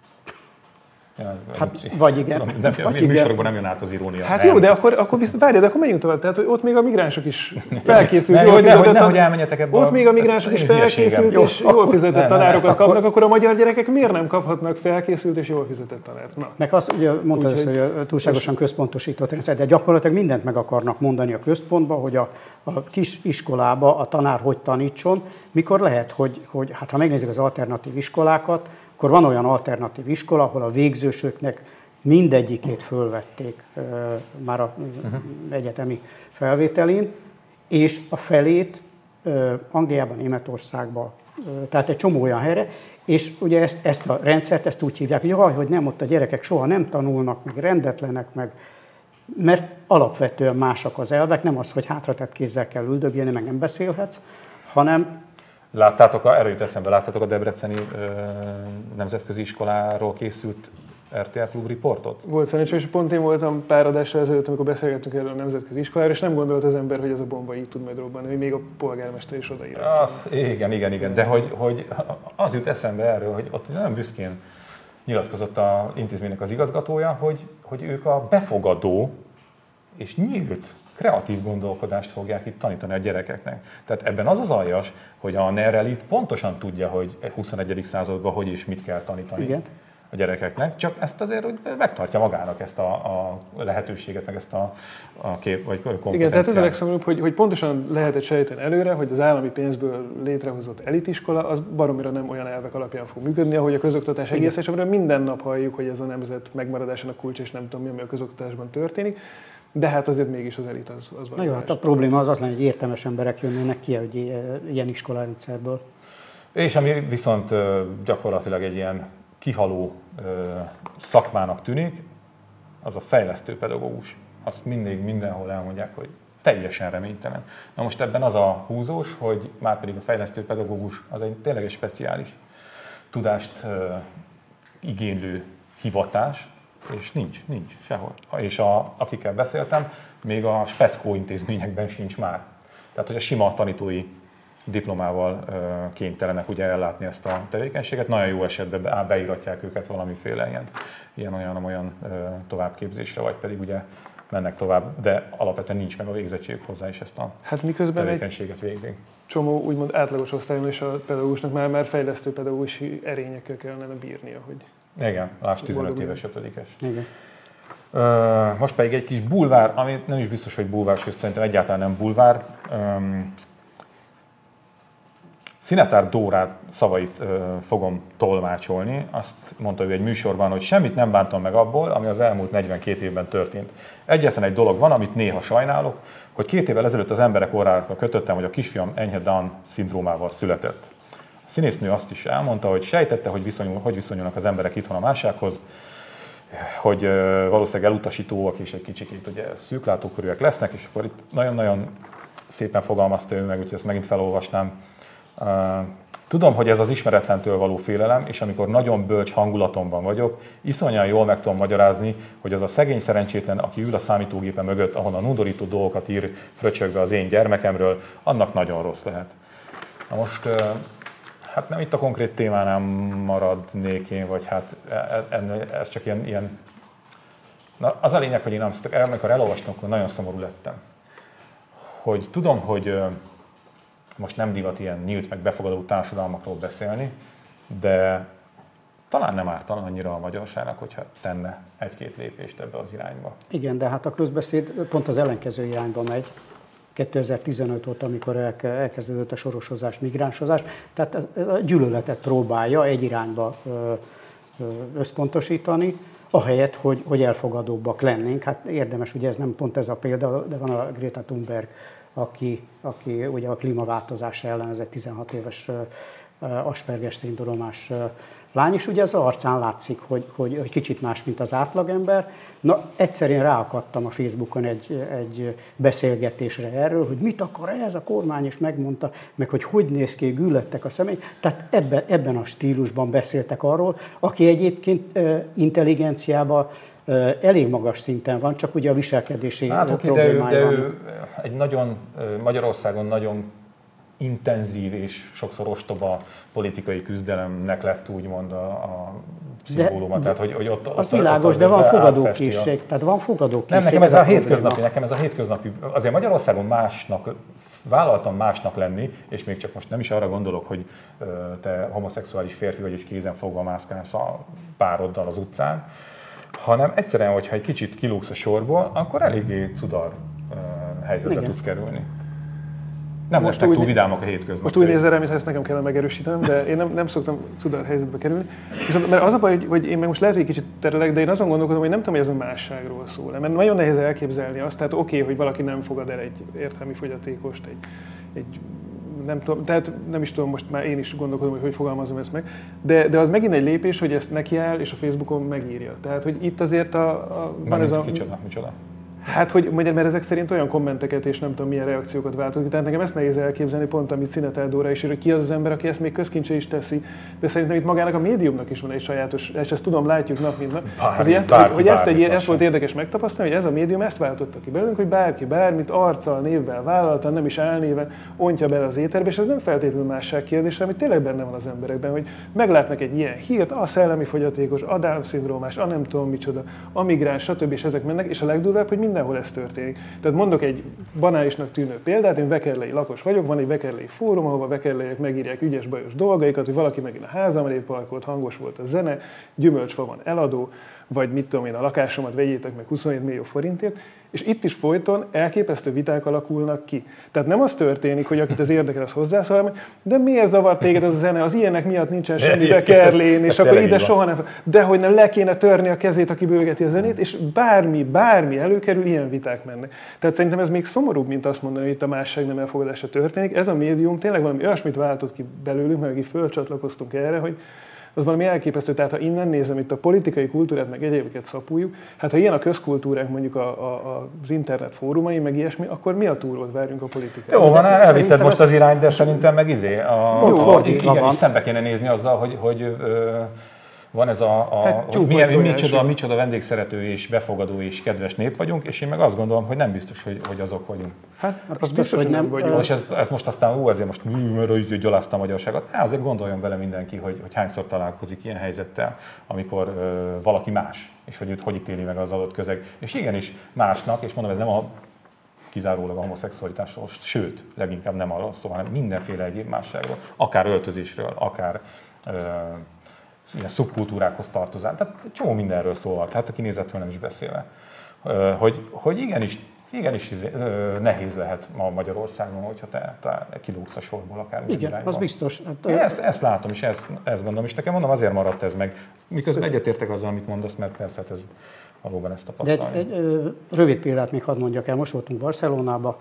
Ja, hát, vagy igen. Tudom, de vagy műsorokban nem jön át az irónia. Hát nem. Jó, de akkor, akkor viszont várjál, de akkor menjünk tovább. Tehát, hogy ott még a migránsok is felkészült, ne, jól hogy fizetett, nehogy elmenjetek ebbe. Ott még a migránsok is felkészült és jól fizetett tanárokat kapnak, akkor a magyar gyerekek miért nem kaphatnak felkészült és jól fizetett tanárt? Na. Meg azt ugye mondtad, hogy, hogy túlságosan központosított rendszer, de gyakorlatilag mindent meg akarnak mondani a központba, hogy a, a kis iskolába a tanár hogy tanítson, mikor lehet, hogy, hogy hát ha megnézzük az alternatív iskolákat, akkor van olyan alternatív iskola, ahol a végzősöknek mindegyikét fölvették uh, már a uh-huh. egyetemi felvételén, és a felét uh, Angliában, Németországban, uh, tehát egy csomó olyan helyre, és ugye ezt, ezt a rendszert ezt úgy hívják, hogy jaj, hogy nem, ott a gyerekek soha nem tanulnak, meg rendetlenek, meg, mert alapvetően másak az elvek, nem az, hogy hátratett kézzel kell üldögélni, meg nem beszélhetsz, hanem Láttátok, erről jut eszembe, láttátok a debreceni ö, nemzetközi iskoláról készült er té el Klub riportot? Volt szerencsém, és pont én voltam pár adással ezelőtt, amikor beszélgettünk erről a nemzetközi iskoláról, és nem gondolt az ember, hogy ez a bomba így tud majd robbanni, hogy még a polgármester is odaírja. Igen, igen, igen, de hogy, hogy az jut eszembe erről, hogy ott nagyon büszkén nyilatkozott az intézménynek az igazgatója, hogy, hogy ők a befogadó és nyílt, kreatív gondolkodást fogják itt tanítani a gyerekeknek. Tehát ebben az az aljas, hogy a NER itt pontosan tudja, hogy huszonegyedik században hogy és mit kell tanítani. Igen. A gyerekeknek, csak ezt azért hogy megtartja magának ezt a, a lehetőséget, meg ezt a, a kép, vagy kompetenciát. Igen, tehát ez a legszomorúbb, hogy, hogy pontosan lehetett sejteni előre, hogy az állami pénzből létrehozott elitiskola az baromira nem olyan elvek alapján fog működni, ahogy a közoktatás egész, és amiről minden nap halljuk, hogy ez a nemzet megmaradásának kulcs, és nem tudom mi, ami a közoktatásban történik. De hát azért mégis az elit az, az van. Jó, hát a probléma az az lenne, hogy értelmes emberek jönnének ki, hogy ilyen iskolarendszerből. És ami viszont gyakorlatilag egy ilyen kihaló szakmának tűnik, az a fejlesztő pedagógus. Azt mindig mindenhol elmondják, hogy teljesen reménytelen. Na most ebben az a húzós, hogy már pedig a fejlesztő pedagógus az egy tényleg egy speciális tudást igénylő hivatás, és nincs, nincs sehol. És a, akikkel beszéltem, még a speckó intézményekben sincs már. Tehát, hogy a sima tanítói diplomával kénytelenek ugye ellátni ezt a tevékenységet. Nagyon jó esetben beíratják őket valamiféle ilyen, ilyen olyan, olyan továbbképzésre, vagy pedig ugye mennek tovább, de alapvetően nincs meg a végzettségük hozzá, és ezt a hát miközben tevékenységet végzik. Csomó úgymond átlagos osztályon és a pedagógusnak már, már fejlesztő pedagógusi erényekkel kellene bírnia, hogy... Igen, láss tizenöt éves ötödikes. Igen. Most pedig egy kis bulvár, ami nem is biztos, hogy bulvár, sőt szerintem egyáltalán nem bulvár. Szinetár Dórát szavait ö, fogom tolmácsolni. Azt mondta ő egy műsorban, hogy semmit nem bántam meg abból, ami az elmúlt negyvenkét évben történt. Egyetlen egy dolog van, amit néha sajnálok, hogy két évvel ezelőtt az emberek orrára kötöttem, hogy a kisfiam enyhe Down szindrómával született. A színésznő azt is elmondta, hogy sejtette, hogy, viszonyul, hogy viszonyulnak az emberek itthon a mássághoz, hogy ö, valószínűleg elutasítóak és egy kicsit ugye szűklátókörűek lesznek, és akkor itt nagyon-nagyon szépen fogalmazta ő meg, úgyhogy ezt megint felolvasnám. Tudom, hogy ez az ismeretlentől való félelem, és amikor nagyon bölcs hangulatomban vagyok, iszonyan jól meg tudom magyarázni, hogy az a szegény szerencsétlen, aki ül a számítógépe mögött, ahonnan undorító dolgokat ír fröcsögve az én gyermekemről, annak nagyon rossz lehet. Na most, hát nem itt a konkrét témánál maradnék én, vagy hát ez csak ilyen... ilyen... Na, az a lényeg, hogy én amikor elolvastam, akkor nagyon szomorú lettem. Hogy tudom, hogy most nem divat ilyen nyílt, meg befogadó társadalmakról beszélni, de talán nem ártana annyira a magyarságnak, hogyha tenne egy-két lépést ebbe az irányba. Igen, de hát a közbeszéd pont az ellenkező irányba megy. kétezer-tizenöt óta, amikor elkezdődött a sorosozás, migránsozás, tehát ez a gyűlöletet próbálja egy irányba összpontosítani, ahelyett, hogy, hogy elfogadóbbak lennénk. Hát érdemes, ugye ez nem pont ez a példa, de van a Greta Thunberg, aki, aki ugye a klímaváltozás ellen, ez egy tizenhat éves Asperger szindrómás lány, és ugye az arcán látszik, hogy, hogy, hogy kicsit más, mint az átlagember. Na, egyszer én ráakadtam a Facebookon egy, egy beszélgetésre erről, hogy mit akar ez a kormány, és megmondta, meg hogy hogy néz ki, güllöttek a személy. Tehát ebben, ebben a stílusban beszéltek arról, aki egyébként intelligenciában elég magas szinten van, csak ugye a viselkedési hát, problémája de ő, de ő egy nagyon, Magyarországon nagyon intenzív és sokszor ostoba politikai küzdelemnek lett úgymond a, a szimbóluma. Tehát, hogy, hogy ott, az ott, világos, ott de van fogadókészség. A... Tehát van fogadókészség. Nem, nekem ez, ez a, a hétköznapi, nekem ez a hétköznapi. Azért Magyarországon másnak, vállaltam másnak lenni, és még csak most nem is arra gondolok, hogy te homoszexuális férfi vagy és kézen fogva mászkálsz a pároddal az utcán, hanem egyszerűen, hogyha egy kicsit kilógsz a sorból, akkor eléggé cudar helyzetbe Igen. tudsz kerülni. Nem most túl vidámak a hétköznapok. Most úgy nézel rám, mintha ezt nekem kellene megerősítenem, de én nem, nem szoktam cudar helyzetbe kerülni. Viszont, mert az a baj, hogy, hogy én meg most lehet, hogy kicsit terelek, de én azon gondolkodom, hogy nem tudom, hogy ez a másságról szól. Mert nagyon nehéz elképzelni azt, tehát oké, okay, hogy valaki nem fogad el egy értelmi fogyatékost, egy, egy nem tudom, tehát nem is tudom, most már én is gondolkodom, hogy hogy fogalmazom ezt meg, de, de az megint egy lépés, hogy ezt nekiáll, és a Facebookon megírja. Tehát, hogy itt azért a... a van ez a... Kicsoda, micsoda? Hát, hogy mondjam, mert ezek szerint olyan kommenteket és nem tudom milyen reakciókat váltott. Tehát nekem ezt nehéz elképzelni, pont amit Szinetel Dóra is ír, hogy ki az az ember, aki ezt még közkincse is teszi. De szerintem itt magának a médiumnak is van egy sajátos, és ezt tudom, látjuk nap mint nap. Bármi, ezt, bárki, hogy ezt, egy, ezt volt érdekes megtapasztalni, hogy ez a médium ezt váltotta ki belőlünk, hogy bárki bármit arccal, névvel vállaltan, nem is álnéven ontja bele az éterbe, és ez nem feltétlenül másság kérdése, ami tényleg benne van az emberekben, hogy meglátnak egy ilyen hírt, a szellemi fogyatékos, a Down-szindrómás, a nem tudom micsoda, a migráns, stb. És ezek mennek, és a legdurvább, hogy mindenhol ez történik. Tehát mondok egy banálisnak tűnő példát, én vekerlei lakos vagyok, van egy vekerlei fórum, ahol vekerleiek megírják ügyes bajos dolgaikat, hogy valaki megint a házam elé parkolt, hangos volt a zene, gyümölcsfa van eladó, vagy mit tudom én, a lakásomat vegyétek meg huszonhét millió forintért, és itt is folyton elképesztő viták alakulnak ki. Tehát nem az történik, hogy akit az érdekel, az hozzászól, de miért zavar téged az a zene, az ilyenek miatt nincsen semmi bekerlén, és akkor ide soha nem... De hogy nem le kéne törni a kezét, aki bőgeti a zenét, és bármi, bármi előkerül, ilyen viták mennek. Tehát szerintem ez még szomorúbb, mint azt mondani, hogy itt a másság nem elfogadása történik. Ez a médium tényleg valami olyasmit váltott ki belőlünk, meg így fölcsatlakoztunk erre, hogy az valami elképesztő. Tehát ha innen nézem, itt a politikai kultúrát, meg egyébként szapuljuk, hát ha ilyen a közkultúrák mondjuk a, a, az internet fórumai, meg ilyesmi, akkor mi a túrót várjunk a politikát? Jó, van, elvitted most az irányt, de szerintem meg izé. A, a, a, igen, és szembe kéne nézni azzal, hogy, hogy ö, van ez a, a hát, hogy milyen, micsoda, micsoda vendégszerető és befogadó és kedves nép vagyunk, és én meg azt gondolom, hogy nem biztos, hogy, hogy azok vagyunk. Hát, az biztos, biztos, hogy nem vagyunk. És ez, ez most aztán, ú, azért most mű, gyalázta a magyarságot. Hát azért gondoljon vele mindenki, hogy, hogy hányszor találkozik ilyen helyzettel, amikor ö, valaki más, és hogy őt hogy ítéli meg az adott közeg. És igenis másnak, és mondom, ez nem a kizárólag a homoszexualitásról, sőt, leginkább nem arról szól, hanem mindenféle egyéb másságról, akár öltözésről, akár ö, ilyen szubkultúrákhoz tartozás. Tehát csomó mindenről szól, hát a kinézetről nem is beszélve. Hogy, hogy igenis, igenis nehéz lehet ma Magyarországon, hogyha te, te kilógsz a sorból akár. Igen, irányba. Az biztos. Hát, ezt, ezt látom, és ezt, ezt gondolom, és nekem mondom, azért maradt ez meg. Miközben egyetértek azzal, amit mondasz, mert persze ez valóban ezt tapasztalni. De egy, egy rövid példát még hadd mondjak el. Most voltunk Barcelonában,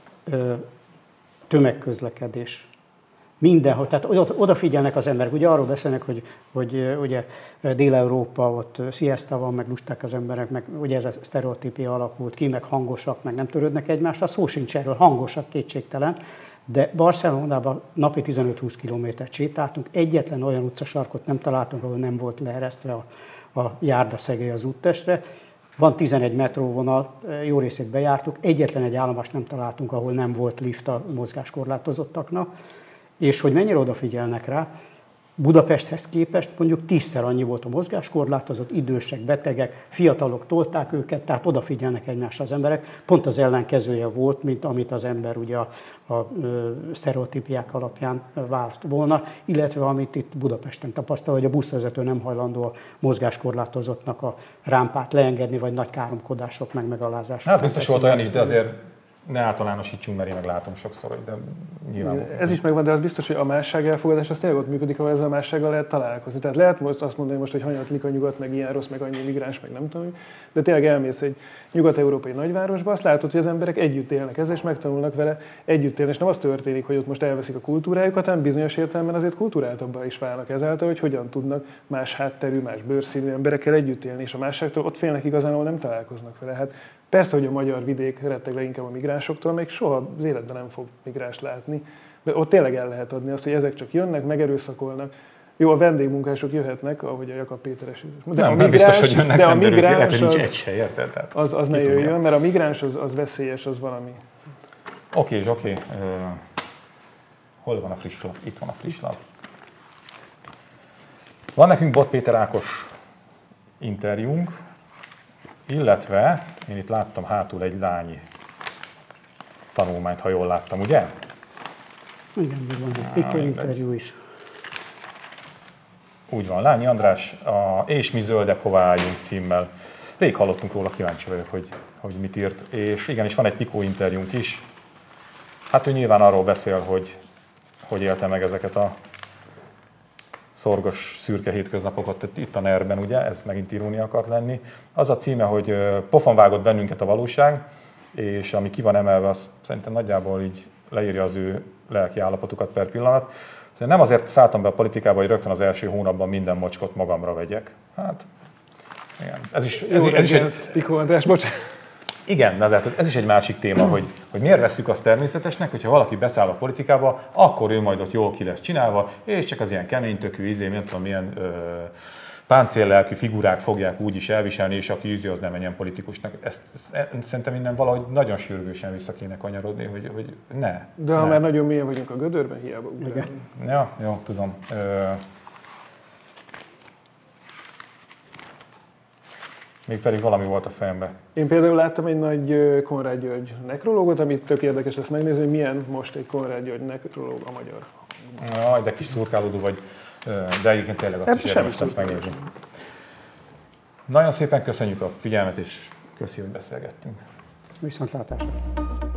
tömegközlekedés. Mindenhol, tehát odafigyelnek az emberek. Ugye arról beszélnek, hogy, hogy ugye Dél-Európa, ott siesta van, meg lusták az emberek, meg ugye ez a sztereotípia alakult ki, meg hangosak, meg nem törődnek egymással. Szó sincs erről, hangosak, kétségtelen. De Barcelonában napi tizenöt-húsz kilométert sétáltunk, egyetlen olyan utcasarkot nem találtunk, ahol nem volt leeresztve a, a járdaszegély az úttestre. Van tizenegy metróvonal, jó részét bejártuk, egyetlen egy állomást nem találtunk, ahol nem volt lift a mozgáskorlátozottaknak. És hogy mennyire odafigyelnek rá, Budapesthez képest mondjuk tízszer annyi volt a mozgáskorlátozott, idősek, betegek, fiatalok tolták őket, tehát odafigyelnek egymásra az emberek. Pont az ellenkezője volt, mint amit az ember ugye a, a, a sztereotípiák alapján várt volna, illetve amit itt Budapesten tapasztal, hogy a buszvezető nem hajlandó a mozgáskorlátozottnak a rámpát leengedni, vagy nagy káromkodások, meg megalázások. Hát biztos volt olyan is, de azért ne általánosítsunk, mert én meg látom sokszor, hogy de nyilván. Ez is megvan, de az biztos, hogy a másság elfogadás az tényleg ott működik, ahol ezzel a mássággal lehet találkozni. Tehát lehet most azt mondani most, hogy hanyatlik a nyugat, meg ilyen rossz, meg annyi migráns, meg nem tudom, de tényleg elmész egy nyugat-európai nagyvárosba, azt látod, hogy az emberek együtt élnek ezzel, és megtanulnak vele együtt élni. És nem az történik, hogy ott most elveszik a kultúrájukat, hanem bizonyos értelemben azért kultúráltabbá is válnak ezáltal, hogy hogyan tudnak más hátterű, más bőrszínű emberekkel együtt élni, és a másságtól ott félnek igazán, ahol nem találkoznak vele. Hát persze, hogy a magyar vidék retteg leginkább a migránsoktól, még soha az életben nem fog migránst látni, de ott tényleg el lehet adni azt, hogy ezek csak jönnek, megerőszakolnak. Jó, a vendégmunkások jöhetnek, ahogy a Jakab Péteres. De nem, a migráns, biztos, hogy jönnek, de a migráns az, nincs egy se, érted? Tehát az, az ne jöjjön, mert a migráns az, az veszélyes, az valami. Oké, és oké. Uh, hol van a friss lap? Itt van a friss lap. Van nekünk Bot Péter Ákos interjúnk, illetve én itt láttam hátul egy lányi tanulmányt, ha jól láttam, ugye? Igen, van egy pikor interjú is. Úgy van, Lányi András, a És mi zöldek, hová álljunk címmel. Rég hallottunk róla, kíváncsi vagyok, hogy, hogy mit írt. És igenis van egy Pikó interjúnk is. Hát ő nyilván arról beszél, hogy hogy élte meg ezeket a szorgos, szürke hétköznapokat itt a nerben, ugye, ez megint irónia akart lenni. Az a címe, hogy pofon vágott bennünket a valóság, és ami ki van emelve, az szerintem nagyjából így leírja az ő lelki állapotukat per pillanat. Nem azért szálltam be a politikába, hogy rögtön az első hónapban minden mocskot magamra vegyek. Hát, igen. Ez is, ez, Jó, ez is egy... Pikó András, bocsánat. Igen, de hát ez is egy másik téma, hogy, hogy miért vesszük azt természetesnek, hogyha valaki beszáll a politikába, akkor ő majd ott jól ki lesz csinálva, és csak az ilyen keménytökű, izé, nem tudom, milyen ö, páncéllelkű figurák fogják úgy is elviselni, és aki űzi, az nem menjen politikusnak. Ezt, ezt szerintem innen valahogy nagyon sürgősen vissza kéne kanyarodni, hogy, hogy ne. De ha ne. már nagyon mélyen vagyunk a gödörben, hiába ugrálunk. Ja, jó, tudom. Ö, Még pedig valami volt a fejemben. Én például láttam egy nagy Konrád György nekrológot, amit tök érdekes lesz megnézni, hogy milyen most egy Konrád György nekrológ a magyar. Jaj, de kis szurkálódó vagy, de egyébként tényleg azt is érdemes lesz megnézni. Nagyon szépen köszönjük a figyelmet, és köszi, hogy beszélgettünk. Viszontlátásra!